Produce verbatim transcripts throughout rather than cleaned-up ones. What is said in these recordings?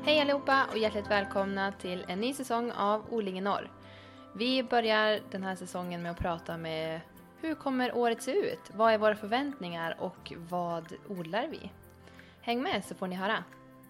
Hej allihopa och hjärtligt välkomna till en ny säsong av Odling i norr. Vi börjar den här säsongen med att prata med hur kommer året se ut? Vad är våra förväntningar och vad odlar vi? Häng med så får ni höra.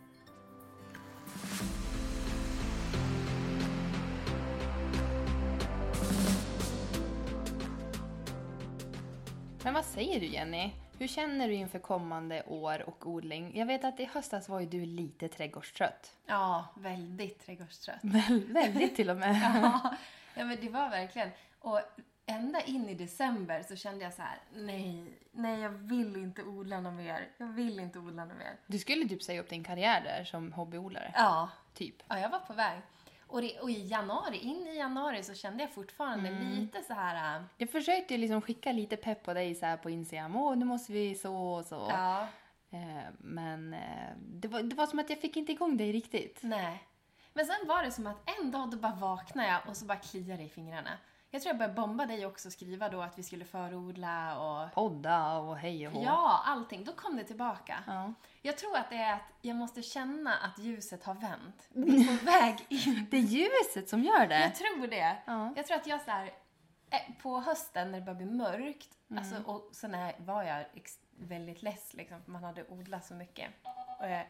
Men vad säger du, Jenny? Hur känner du inför kommande år och odling? Jag vet att i höstas var ju du lite trädgårdstrött. Ja, väldigt trädgårdstrött. Väl, väldigt till och med. ja, ja, men det var verkligen. Och ända in i december så kände jag så här: nej, nej jag vill inte odla något mer. Jag vill inte odla något mer. Du skulle typ säga upp din karriär där som hobbyodlare. Ja. Typ. Ja, jag var på väg. Och, det, och i januari, in i januari så kände jag fortfarande mm. lite så här... Äh... Jag försökte liksom skicka lite pepp på dig så här på Instagram. Åh, nu måste vi så och så. Ja. Eh, men eh, det, var, det var som att jag fick inte igång dig riktigt. Nej. Men sen var det som att en dag då bara vaknade jag och så bara kliade i fingrarna. Jag tror jag började bomba dig också och skriva då att vi skulle förodla och... podda och hej och hå. Ja, allting. Då kom det tillbaka. Ja. Jag tror att det är att jag måste känna att ljuset har vänt. Vi är på väg in. Det är ljuset som gör det. Jag tror det. Ja. Jag tror att jag så här, på hösten när det började bli mörkt, Mm. alltså, och så när var jag ex- väldigt less liksom, för man hade odlat så mycket. Och jag,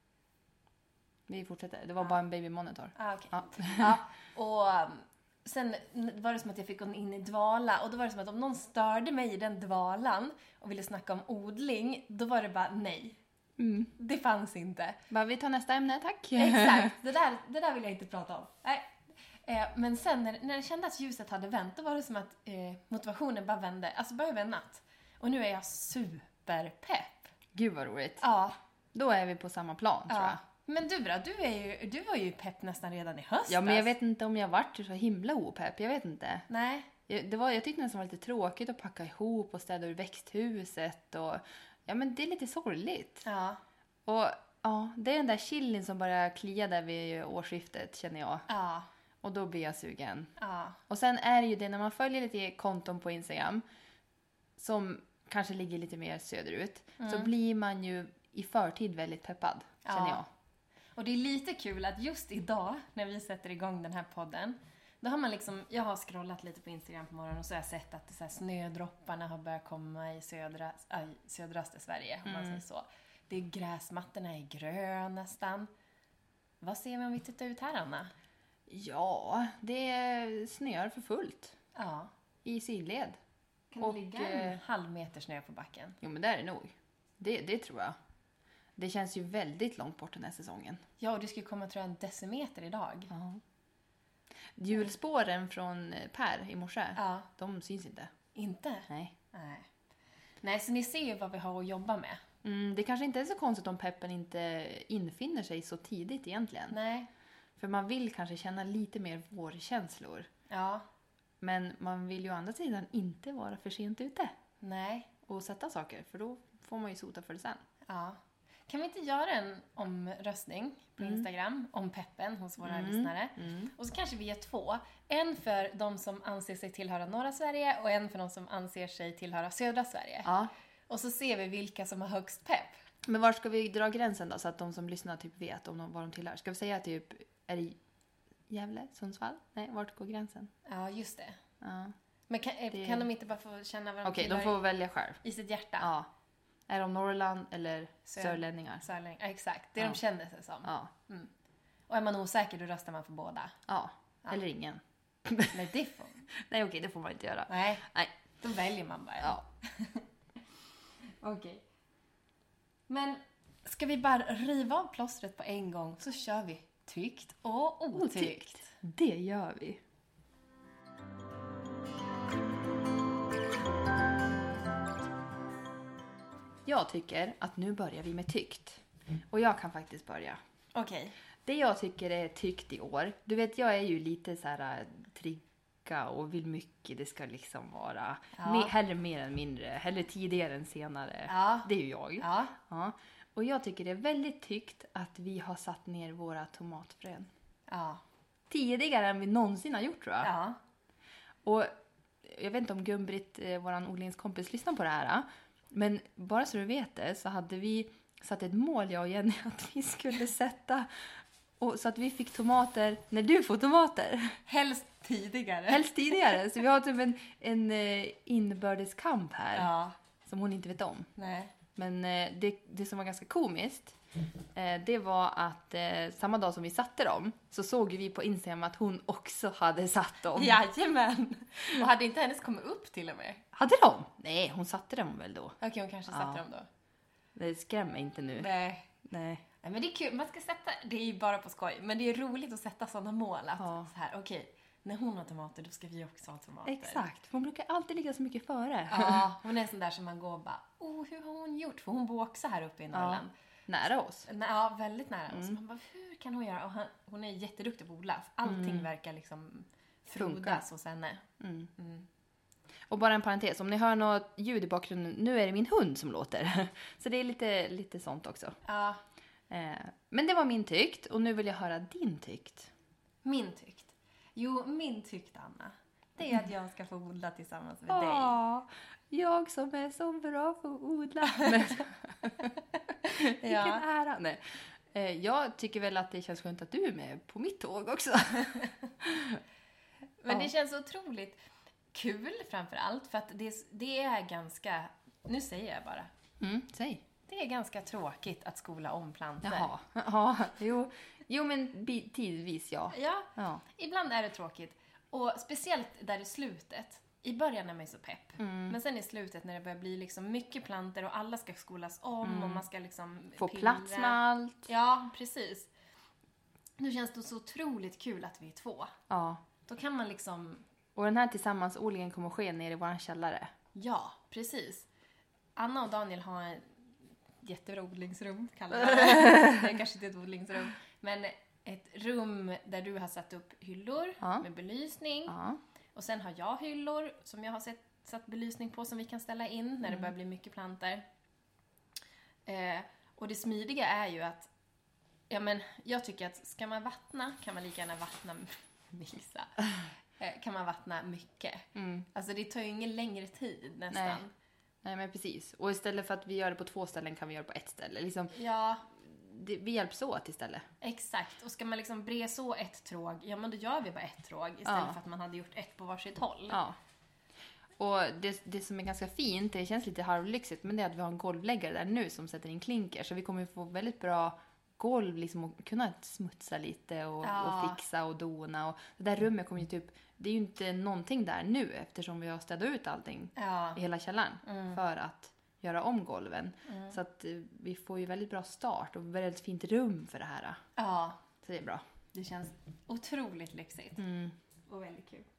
Vi fortsätter. Det var bara en baby monitor. ah, okay. Ja. ja. Och um, sen var det som att jag fick gå in i dvala. Och då var det som att om någon störde mig i den dvalan och ville snacka om odling, då var det bara nej. Mm. Det fanns inte. Bara, vi tar nästa ämne, tack. Exakt, det där, det där vill jag inte prata om. Nej. Eh, men sen när, när jag kände att ljuset hade vänt, då var det som att eh, motivationen bara vände. Alltså bara över en natt. Och nu är jag superpepp. Gud vad roligt. Ja. Då är vi på samma plan, ja. tror jag. Men du bra, du, är ju, du var ju pepp nästan redan i höstas. Ja, men jag vet inte om jag varit så himla opepp. Jag vet inte. Nej. Jag, det var, jag tyckte nästan det var lite tråkigt att packa ihop och städa ur växthuset. Och, ja, men det är lite sorgligt. Ja. Och ja, det är den där chilin som bara kliar där vid årsskiftet, känner jag. Ja. Och då blir jag sugen. Ja. Och sen är det ju det när man följer lite konton på Instagram som kanske ligger lite mer söderut, mm. så blir man ju i förtid väldigt peppad, ja. känner jag. Och det är lite kul att just idag när vi sätter igång den här podden, då har man liksom, jag har scrollat lite på Instagram på morgonen och så har jag sett att så här, snödropparna har börjat komma i södra, äh, södraste Sverige, om man Mm. säger så. Det är gräsmattorna är grön nästan. Vad ser vi om vi tittar ut här, Anna? Ja, det snöar för fullt Ja. i sidled. Kan Och, det ligga en eh, halv meter snö på backen? Jo, men det är det nog. Det, det tror jag. Det känns ju väldigt långt bort den här säsongen. Ja, och det ska komma, tror jag, en decimeter idag. Ja. Julspåren från Per i morse, Ja. de syns inte. Inte? Nej. Nej. Nej, så ni ser ju vad vi har att jobba med. Mm, det kanske inte är så konstigt om peppen inte infinner sig så tidigt egentligen. Nej. För man vill kanske känna lite mer vårkänslor. Ja. Men man vill ju å andra sidan inte vara för sent ute Nej. och sätta saker. För då får man ju sota för det sen. Ja. Kan vi inte göra en omröstning på Mm. Instagram om peppen hos våra Mm. lyssnare? Mm. Och så kanske vi ger två. En för de som anser sig tillhöra norra Sverige och en för de som anser sig tillhöra södra Sverige. Ja. Och så ser vi vilka som har högst pepp. Men var ska vi dra gränsen då? Så att de som lyssnar typ vet om de, vad de tillhör. Ska vi säga typ, är det Gävle, Sundsvall? Nej, vart går gränsen? Ja, just det. Ja. Men kan, eh, Det- kan de inte bara få känna vad de Okej, tillhör de får välja själv. i sitt hjärta? Ja. Är de Norrland eller Sö- sörlänningar? Sörlänning. Ja, exakt. Det Ja. de känner sig som. Ja. Och är man osäker, då röstar man för båda. Ja. Ja. Eller ingen. Nej, det får Nej, okej, det får man inte göra. Nej, Nej. då väljer man bara. Ja. Okej. Men ska vi bara riva av plåstret på en gång så kör vi tyckt och otyckt. Otyckt. Det gör vi. Jag tycker att nu börjar vi med tyckt. Och jag kan faktiskt börja. Okej. Det jag tycker är tyckt i år. Du vet, jag är ju lite så här trigga och vill mycket. Det ska liksom vara Ja. mer, hellre mer än mindre. Hellre tidigare än senare. Ja. Det är ju jag. Ja. Ja. Och jag tycker det är väldigt tyckt att vi har satt ner våra tomatfrön. Ja. Tidigare än vi någonsin har gjort, tror jag. Ja. Och jag vet inte om Gun-Britt, eh, våran odlingskompis, lyssnar på det här. Men bara så du vet det, så hade vi satt ett mål, jag och Jenny, att vi skulle sätta Och så att vi fick tomater när du får tomater. Helst tidigare. Helst tidigare. Så vi har typ en, en eh, inbördeskamp här. Ja. Som hon inte vet om. Nej. Men eh, det, det som var ganska komiskt. Eh, det var att eh, samma dag som vi satte dem. Så såg vi på Instagram att hon också hade satt dem. Jajamän. Och hade inte hennes kommit upp till och med? Hade de? Nej, hon satte dem väl då. Okej, okay, hon kanske satte Ja. dem då. Det skrämmer inte nu. Nej. Nej. Nej, men det är kul. Man ska sätta, det är ju bara på skoj, men det är roligt att sätta sådana mål. Att Ja. så här, okej, okay, när hon har tomater, då ska vi också ha tomater. Exakt. Hon brukar alltid ligga så mycket före. Ja, hon är sån där som man går och bara, oh, hur har hon gjort? För hon bor också här uppe i Norrland. Ja. Nära oss. Ja, väldigt nära oss. Mm. Man bara, hur kan hon göra? Och han, hon är jätteduktig på att odla. Allting Mm. verkar liksom Funka. frodas hos henne. Mm. Mm. Och bara en parentes, om ni hör något ljud i bakgrunden, nu är det min hund som låter. Så det är lite, lite sånt också. Ja, Eh, men det var min tykt och nu vill jag höra din tykt. min tykt. Jo, min tykt, Anna. Det är att jag ska få odla tillsammans med dig. Ja, jag som är så bra på att odla. Men, vilken Ja. ära. Nej. Eh, jag tycker väl att det känns skönt att du är med på mitt tåg också. Men Ja. det känns otroligt kul framför allt. För att det, det är ganska, nu säger jag bara. Mm, säg. Det är ganska tråkigt att skola om plantor. Jaha, ja, jo, jo men bi- tidvis ja. Ja, Ja. ibland är det tråkigt. Och speciellt där i slutet. I början är man ju så pepp. Mm. Men sen i slutet när det börjar bli liksom mycket plantor och alla ska skolas om Mm. och man ska liksom Få pillra. plats med allt. Ja, precis. Nu känns det så otroligt kul att vi är två. Ja. Då kan man liksom, Och den här tillsammansodlingen kommer ske nere i våran källare. ja, precis. Anna och Daniel har en jättebra odlingsrum, kallar jag det. Det är kanske inte ett odlingsrum. Men ett rum där du har satt upp hyllor Ja. med belysning. Ja. Och sen har jag hyllor som jag har sett, satt belysning på som vi kan ställa in när det börjar bli mycket plantor. Eh, och det smidiga är ju att, ja men jag tycker att ska man vattna kan man lika gärna vattna, vissa, eh, kan man vattna mycket. Mm. Alltså det tar ju ingen längre tid nästan. Nej. Nej men precis. Och istället för att vi gör det på två ställen kan vi göra det på ett ställe. Liksom, Ja, det, vi hjälps åt istället. exakt. Och ska man liksom bre så ett tråg, ja men då gör vi bara ett tråg istället Ja. för att man hade gjort ett på varsitt håll. Ja. Och det, det som är ganska fint, det känns lite halvlyxigt, men det är att vi har en golvläggare där nu som sätter in klinker. Så vi kommer få väldigt bra golv liksom och kunna smutsa lite och, Ja. och fixa och dona. Och det där rummet kommer ju typ, det är ju inte någonting där nu eftersom vi har städat ut allting Ja. i hela källaren Mm. för att göra om golven. Mm. Så att eh, vi får ju väldigt bra start och väldigt fint rum för det här. Ja, Så det är bra. det känns otroligt lyxigt. Mm. Och väldigt kul.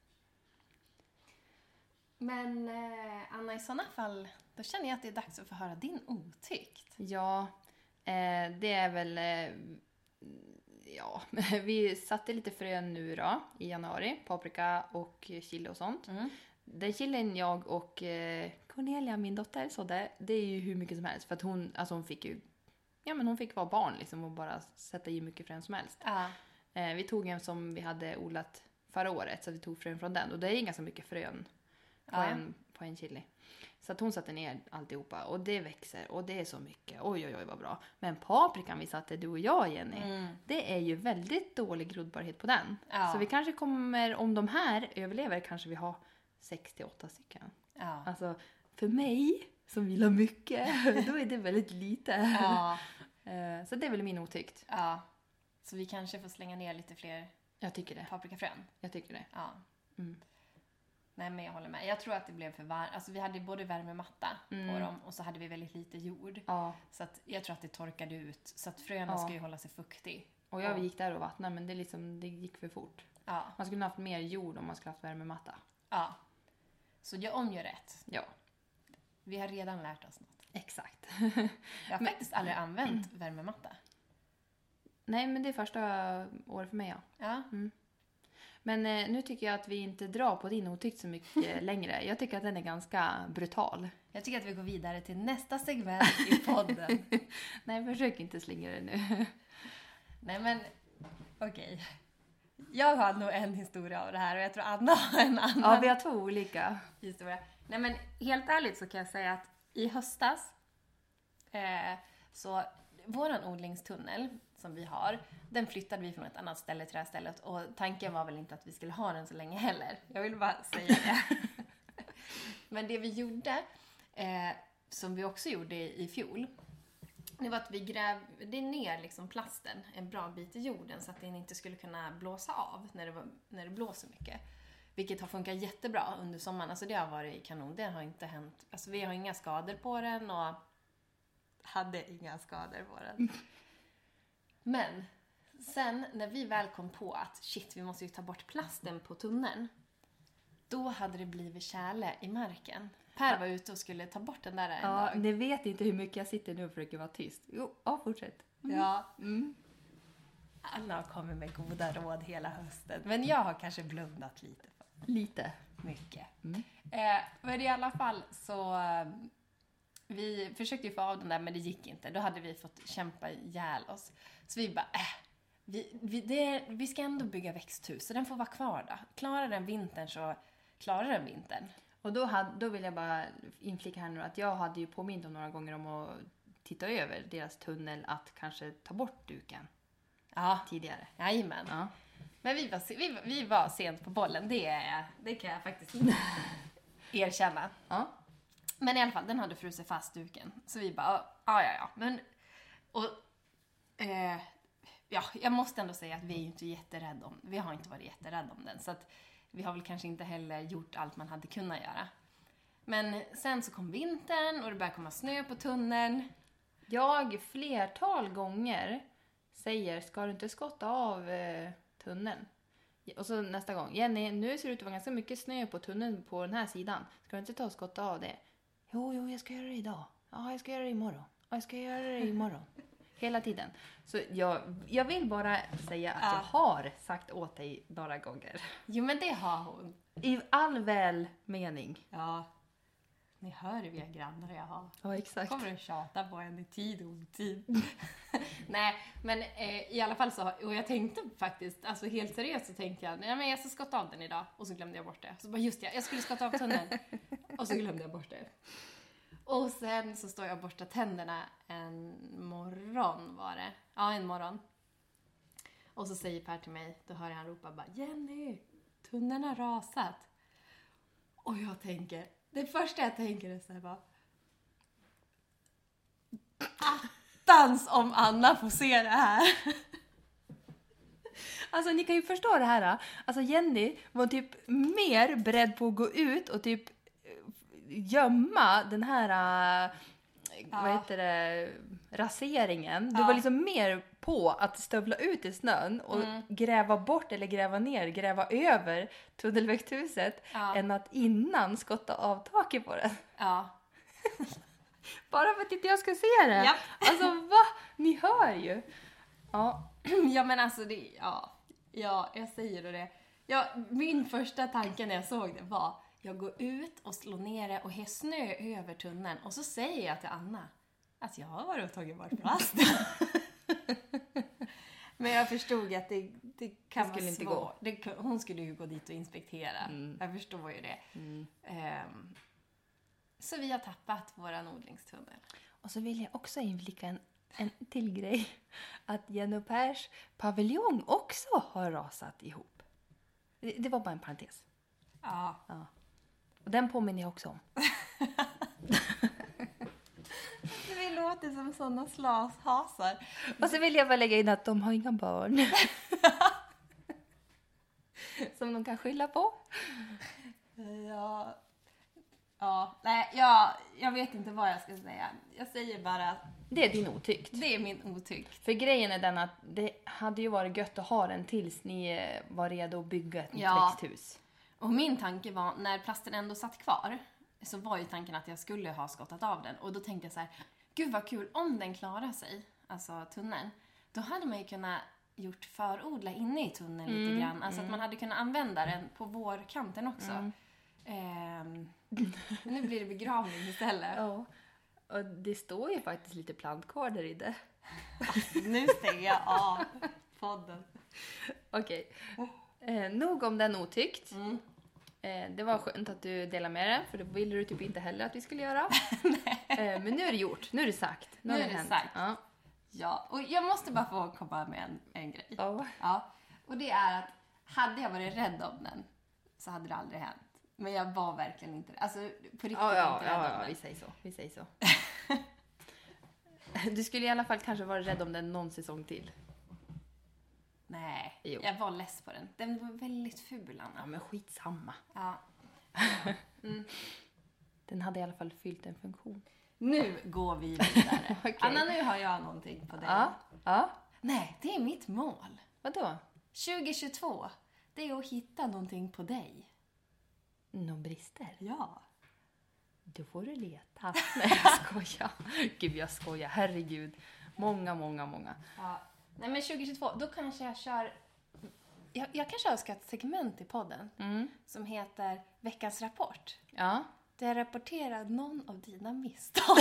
Men eh, Anna, i sådana fall, då känner jag att det är dags att få höra din otykt. Ja, eh, det är väl... Eh, ja, vi satte lite frön nu då i januari. Paprika och chili och sånt. Mm. Den chilin jag och eh, Cornelia, min dotter, sådde, det är ju hur mycket som helst. För att hon, alltså hon fick ju... Ja, men hon fick vara barn liksom och bara sätta i hur mycket frön som helst. Ja. Eh, vi tog en som vi hade odlat förra året, så vi tog frön från den. Och det är ganska mycket frön på, Ja. en, på en chili. Så att hon satte ner alltihopa och det växer och det är så mycket. Oj, oj, oj vad bra. Men paprikan vi satte, du och jag Jenny, Mm. det är ju väldigt dålig groddbarhet på den. Ja. Så vi kanske kommer, om de här överlever, kanske vi har sex till åtta stycken. Ja. Alltså, för mig som vill ha mycket, då är det väldigt lite. Ja. Eh, Så det är väl min otykt. Ja. Så vi kanske får slänga ner lite fler Jag tycker det. paprikafrön. Jag tycker det. Ja. Mm. Nej, men jag håller med. Jag tror att det blev för varmt. Alltså vi hade både värmematta på Mm. dem och så hade vi väldigt lite jord. Ja, Så att jag tror att det torkade ut. Så att fröna Ja. ska ju hålla sig fuktig. och jag Ja. gick där och vattnade, men det, liksom, det gick för fort. Ja. Man skulle ha haft mer jord om man skulle haft värmematta. Ja. Så jag om gör rätt. Ja, Vi har redan lärt oss något. exakt. Jag har faktiskt aldrig använt värmematta. Nej, men det är första året för mig, ja. Ja. Men eh, nu tycker jag att vi inte drar på din otykt så mycket längre. Jag tycker att den är ganska brutal. Jag tycker att vi går vidare till nästa segment i podden. Nej, försök inte slingra det nu. Nej, men okej. Jag har nog en historia av det här och jag tror Anna har en annan Ja, vi har två olika. historia. Nej, men helt ärligt så kan jag säga att i höstas eh, så våran odlingstunnel som vi har, den flyttade vi från ett annat ställe till det här stället. Och tanken var väl inte att vi skulle ha den så länge heller. Jag vill bara säga det. Men det vi gjorde, eh, som vi också gjorde i fjol, det var att vi grävde ner liksom plasten en bra bit i jorden så att den inte skulle kunna blåsa av när det, var, när det blåser mycket. Vilket har funkat jättebra under sommaren. Alltså det har varit kanon. Det har inte hänt. Alltså vi har inga skador på den och hade inga skador på den. Men sen när vi väl kom på att shit, vi måste ju ta bort plasten på tunneln. Då hade det blivit tjäle i marken. Per var ute och skulle ta bort den där en Ja, dag. ni vet inte hur mycket jag sitter nu och försöker vara tyst. Jo, ja, fortsätt. Mm. Ja. Mm. Alla har kommit med goda råd hela hösten. Men jag har kanske blundat lite för Lite. mycket. Mm. Eh, men i alla fall så... Eh, vi försökte ju få av den där, men det gick inte. Då hade vi fått kämpa ihjäl oss. Så vi bara, äh, vi, vi, det, vi ska ändå bygga växthus. Så den får vara kvar då. Klarar den vintern så klarar den vintern. Och då, hade, då vill jag bara inflika här nu att jag hade ju påmint om några gånger om att titta över deras tunnel, att kanske ta bort duken Ja, tidigare. jajamän. Ja. Men vi var, se- vi, var- vi var sent på bollen. Det, är, det kan jag faktiskt erkänna. Ja. Men i alla fall, den hade frusit fast duken. Så vi bara, ja, ja, ja. Men, och, eh, ja, jag måste ändå säga att vi är ju inte jätterädda om, vi har inte varit jätterädda om den. Så att vi har väl kanske inte heller gjort allt man hade kunnat göra. Men sen så kom vintern och det började komma snö på tunneln. Jag flertal gånger säger, ska du inte skotta av eh, tunneln? Och så nästa gång, Jenny, nu ser det ut att vara ganska mycket snö på tunneln på den här sidan. Ska du inte ta och skotta av det? Jo, jo, jag ska göra det idag. Ja, jag ska göra det imorgon. Ja, jag ska göra det imorgon. Hela tiden. Så jag, jag vill bara säga att Ja. jag har sagt åt dig några gånger. Jo, men det har hon. I all väl mening. Ja. Ni hör vilka grannar jag har. Ja, exakt. Kommer att tjata på en i tid och otid. Nej, men eh, i alla fall så, och jag tänkte faktiskt, alltså helt seriöst så tänkte jag, nej men jag ska skotta av den idag. Och så glömde jag bort det. Så bara just det, jag skulle skotta av tunneln. Och så glömde jag bort det. Och sen så står jag och borstar tänderna en morgon var det. Ja, en morgon. Och så säger Per till mig, då hör jag han ropa bara, Jenny, tunneln har rasat. Och jag tänker, det första jag tänker är så här bara, attans om Anna får se det här. Alltså ni kan ju förstå det här. Alltså Jenny var typ mer beredd på att gå ut och typ gömma den här, Ja. vad heter det, raseringen. Du Ja. var liksom mer på att stövla ut i snön och Mm. gräva bort eller gräva ner, gräva över tunnelväxthuset Ja. än att innan skotta av taket på den. Ja. Bara för att inte jag ska se det. Japp. Alltså va? Ni hör ju. Ja. Ja men alltså det, ja, ja jag säger det. Ja, min första tanke när jag såg det var, jag går ut och slår ner det och har snö över tunneln och så säger jag till Anna att jag har varit och tagit bort plast. Men jag förstod att det, det kan Det skulle vara inte svårt. gå. Det, hon skulle ju gå dit och inspektera. Mm. Jag förstår ju det. Mm. Ehm, så vi har tappat våran odlingstunnel. Och så vill jag också inflika en, en till grej. Att Jenny och Pers paviljong också har rasat ihop. Det, det var bara en parentes. Ja. Ja. Och den påminner jag också om. Vi låter som sådana slashasar. Och så vill jag bara lägga in att de har inga barn. Som de kan skylla på. Ja, ja, nej, ja, jag vet inte vad jag ska säga. Jag säger bara att Det är din otykt. det är min otykt. För grejen är den att det hade ju varit gött att ha den tills ni eh, var redo att bygga ett nytt Ja. växthus. Och min tanke var, när plasten ändå satt kvar, så var ju tanken att jag skulle ha skottat av den. Och då tänkte jag så här, gud vad kul, om den klarar sig, alltså tunneln, då hade man ju kunnat gjort förodla inne i tunneln lite Mm, grann. Alltså mm. att man hade kunnat använda den på vårkanten också. Mm. Ehm, nu blir det begravning istället. Ja. Och det står ju faktiskt lite plantkvar där i det. Nu stänger jag av podden. Okej. Eh, nog om den otykt. Mm. Eh, det var skönt att du delade med det, för det ville du typ inte heller att vi skulle göra. eh, men nu är det gjort. Nu är det sagt. Nu är har det hänt. sagt. Ja. Ja, och jag måste bara få komma med en, en grej. Ja. Ja, och det är att hade jag varit rädd om den så hade det aldrig hänt. Men jag var verkligen inte, alltså på riktigt Ja, ja, inte rädd ja, om ja, den. vi säger så. Vi säger så. Du skulle i alla fall kanske vara rädd om den någon säsong till. Nej, Jo. jag var less på den. Den var väldigt ful, Anna. Ja, men skitsamma. Ja. Mm. Den hade i alla fall fyllt en funktion. Nu går vi vidare. Okej. Anna, nu har jag någonting på dig. Ja, ja. Nej, det är mitt mål. Vadå? tjugohundratjugotvå, det är att hitta någonting på dig. Någon brister? Ja. Då får du leta. Nej, jag skojar. Gud, jag skojar. Herregud. Många, många, många. Ja. Nej, men tjugohundratjugotvå, då kanske jag kör... Jag, jag kanske önskar ett segment i podden Mm. som heter Veckans rapport. Ja. Där jag rapporterar någon av dina misstag.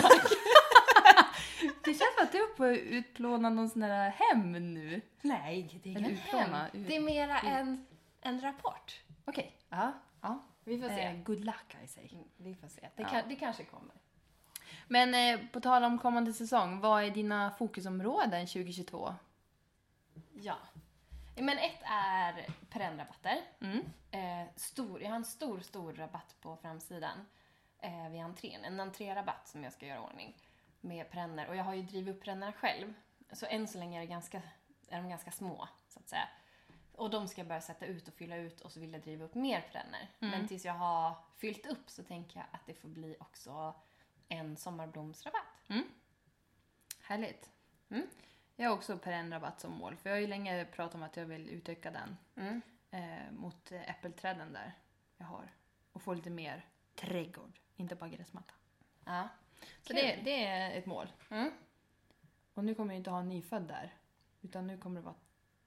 Det känns som att du är på att utplåna någon sån här hem nu. Nej, det är Eller ingen utplåna, hem. ut- Det är mera en, en rapport. Okej. Ja. Ja. Vi får se. Eh, good luck, I say. Mm, Vi får se. Det, Ja. kan, det kanske kommer. Men eh, på tal om kommande säsong, vad är dina fokusområden tjugohundratjugotvå? Ja. Men ett är perennrabatter. Mm. Eh, stor, jag har en stor, stor rabatt på framsidan eh, vid entrén. En entrérabatt som jag ska göra i ordning med perenner. Och jag har ju drivit upp perennerna själv. Så än så länge är, det ganska, är de ganska små, så att säga. Och de ska jag börja sätta ut och fylla ut och så vill jag driva upp mer perenner. Mm. Men tills jag har fyllt upp så tänker jag att det får bli också en sommarblomsrabatt. Mm. Härligt. Mm. Jag har också perennrabatt som mål, för jag har ju länge pratat om att jag vill utöka den Mm. eh, mot eh, äppelträden där jag har. Och få lite mer trädgård, inte bara gräsmatta. Ja. Så Kul. det, det är ett mål. Mm. Och nu kommer jag inte ha en nyfödd där. Utan nu kommer det vara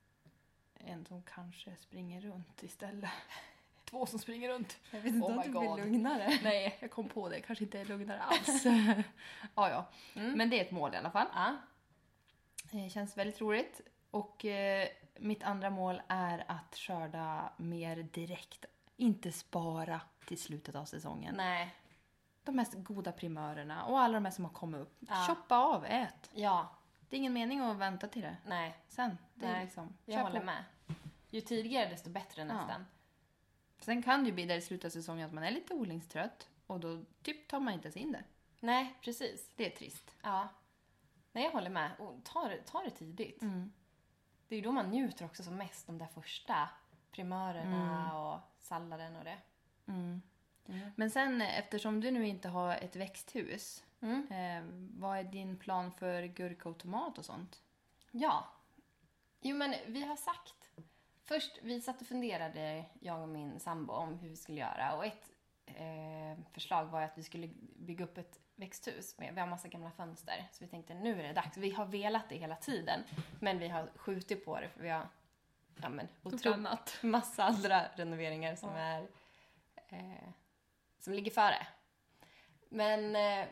en som kanske springer runt istället. Två som springer runt. Jag vet inte Oh om my du God. blir lugnare. Nej, jag kom på det. Kanske inte är lugnare alls. ja, ja. Mm. Men det är ett mål i alla fall. Ja. Det känns väldigt roligt. Och eh, mitt andra mål är att skörda mer direkt. Inte spara till slutet av säsongen. Nej. De mest goda primörerna och alla de här som har kommit upp. Ja. Shoppa av, ät. Ja. Det är ingen mening att vänta till det. Nej. Sen. Det är Nej, liksom, Jag kör håller på. med. Ju tidigare desto bättre nästan. Sen kan det ju bli där i slutet av säsongen att man är lite odlingstrött. Och då typ tar man inte ens in det. Nej, precis. Det är trist. Ja. Nej, jag håller med. Och ta det, ta det tidigt. Mm. Det är ju då man njuter också som mest de där första primörerna Mm. och salladen och det. Mm. Mm. Men sen eftersom du nu inte har ett växthus. Mm. Eh, vad är din plan för gurka och tomat och sånt? Ja. Jo, men vi har sagt... Först, vi satt och funderade, jag och min sambo, om hur vi skulle göra. Och ett eh, förslag var att vi skulle bygga upp ett växthus. Med, vi har massa gamla fönster. Så vi tänkte, nu är det dags. Vi har velat det hela tiden. Men vi har skjutit på det, för vi har ja, men, otroligt massa andra renoveringar som Ja. är eh, som ligger före. Men eh,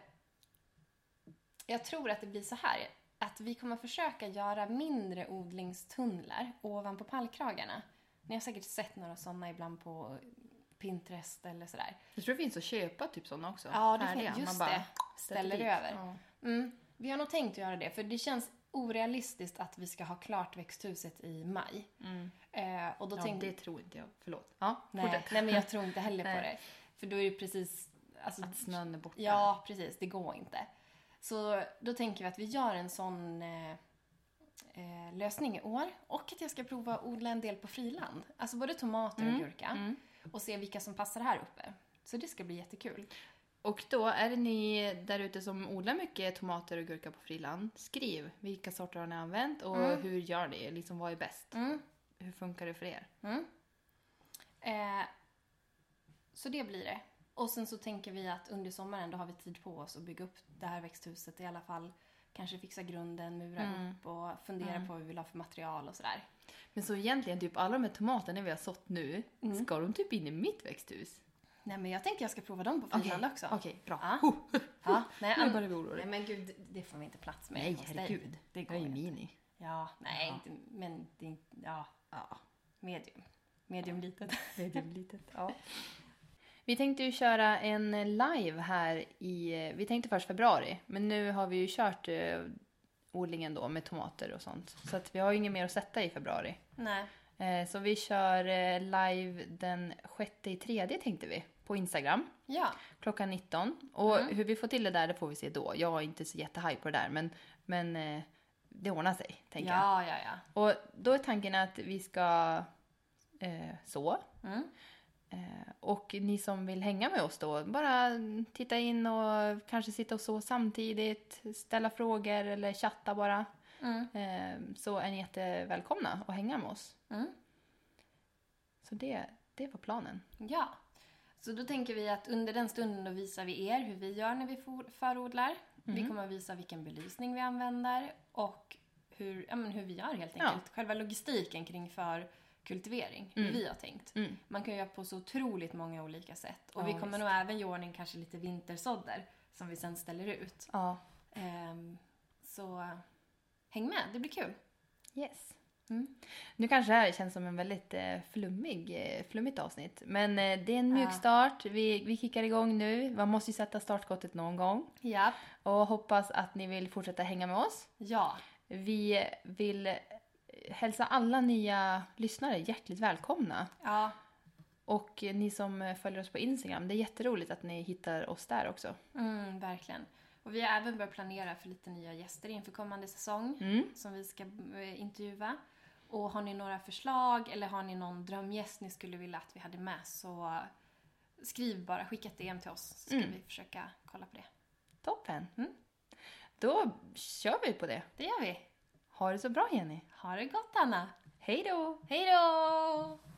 jag tror att det blir så här. Att vi kommer försöka göra mindre odlingstunnlar ovanpå pallkragarna. Ni har säkert sett några sådana ibland på Pinterest eller sådär. Jag tror det finns att köpa typ sådana också. Ja, det Färdiga. finns, just Man bara det. Ställer dit. över. Ja. Mm. Vi har nog tänkt att göra det, för det känns orealistiskt att vi ska ha klart växthuset i maj. Mm. Eh, och då Ja, tänkte det tror inte jag. Förlåt. Ja, nej, fortsätt. nej, men jag tror inte heller på Nej. det. För då är det precis... Alltså, Att snön är borta. ja, precis. Det går inte. Så då tänker vi att vi gör en sån eh, eh, lösning i år. Och att jag ska prova att odla en del på friland. Alltså både tomater Mm. och gurka. Mm. Och se vilka som passar här uppe. Så det ska bli jättekul. Och då, är det ni där ute som odlar mycket tomater och gurka på friland, skriv vilka sorter har ni använt och Mm. hur gör ni? Liksom, vad är bäst? Mm. Hur funkar det för er? Mm. Eh, så det blir det. Och sen så tänker vi att under sommaren då har vi tid på oss att bygga upp det här växthuset i alla fall. Kanske fixa grunden, mura Mm. upp och fundera Mm. på vad vi vill ha för material och sådär. Men så egentligen, typ alla de här tomaterna vi har sått nu, Mm. ska de typ in i mitt växthus? Nej, men jag tänker jag ska prova dem på friland också. Okej, bra. Ja. Oh, Ja, nej, nu an- börjar vi oroa dig. nej, men gud, det- det får vi inte plats med. Nej, hos dig. herregud. Det Jag går är ju inte. mini. Ja, nej, Jaha. inte, men det är inte, ja, Ja, medium. Medium litet. det är typ litet. Ja. Vi tänkte ju köra en live här i, vi tänkte först februari, men nu har vi ju kört eh, odlingen då med tomater och sånt. Så att vi har ju inget mer att sätta i februari. Nej. Eh, så vi kör eh, live den sjätte i tredje tänkte vi på Instagram. Ja. Klockan nitton. Och Mm. hur vi får till det där, det får vi se då. Jag är inte så jättehaj på det där, men, men eh, det ordnar sig, tänker jag. Ja, ja, ja. Och då är tanken att vi ska eh, så. Mm. Eh, och ni som vill hänga med oss då, bara titta in och kanske sitta och så samtidigt, ställa frågor eller chatta bara. Mm. Eh, så är ni jättevälkomna att hänga med oss. Mm. Så det, det var planen. Ja. Så då tänker vi att under den stunden då visar vi er hur vi gör när vi for- förodlar. Vi Mm. kommer att visa vilken belysning vi använder och hur, ja, men hur vi gör helt Ja. enkelt. Själva logistiken kring förkultivering, hur Mm. vi har tänkt. Mm. Man kan göra på så otroligt många olika sätt. Och Ja, vi kommer visst. nog även göra ordning kanske lite vintersådder som vi sen ställer ut. Ja. Ehm, så häng med, det blir kul. Yes. Mm. Nu kanske det här känns som en väldigt eh, flummig, eh, flummigt avsnitt. Men eh, det är en mjuk Ja. start. Vi, vi kickar igång nu. Man måste ju sätta startskottet någon gång. Ja. Och hoppas att ni vill fortsätta hänga med oss. Ja. Vi vill eh, hälsa alla nya lyssnare hjärtligt välkomna. Ja. Och eh, ni som eh, följer oss på Instagram, det är jätteroligt att ni hittar oss där också. Mm, verkligen. Och vi har även börjat planera för lite nya gäster inför kommande säsong. Mm. Som vi ska eh, intervjua. Och har ni några förslag eller har ni någon drömgäst ni skulle vilja att vi hade med, så skriv bara, skicka ett D M till oss så ska Mm. vi försöka kolla på det. Toppen. Mm. Då kör vi på det. Det gör vi. Ha det så bra, Jenny. Ha det gott, Anna. Hej då! Hej då!